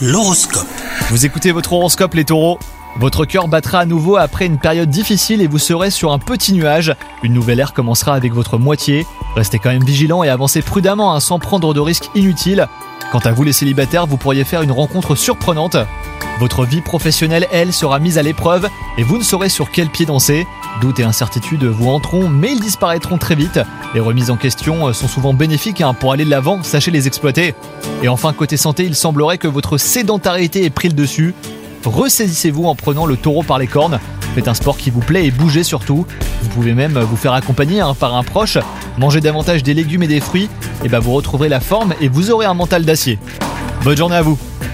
L'horoscope. Vous écoutez votre horoscope les taureaux. Votre cœur battra à nouveau après une période difficile et vous serez sur un petit nuage. Une nouvelle ère commencera avec votre moitié. Restez quand même vigilant et avancez prudemment sans prendre de risques inutiles. Quant à vous les célibataires, vous pourriez faire une rencontre surprenante. Votre vie professionnelle, elle, sera mise à l'épreuve et vous ne saurez sur quel pied danser. Doutes et incertitudes vous hanteront, mais ils disparaîtront très vite. Les remises en question sont souvent bénéfiques pour aller de l'avant, sachez les exploiter. Et enfin, côté santé, il semblerait que votre sédentarité ait pris le dessus. Ressaisissez-vous en prenant le taureau par les cornes. Faites un sport qui vous plaît et bougez surtout. Vous pouvez même vous faire accompagner par un proche. Mangez davantage des légumes et des fruits, et vous retrouverez la forme et vous aurez un mental d'acier. Bonne journée à vous.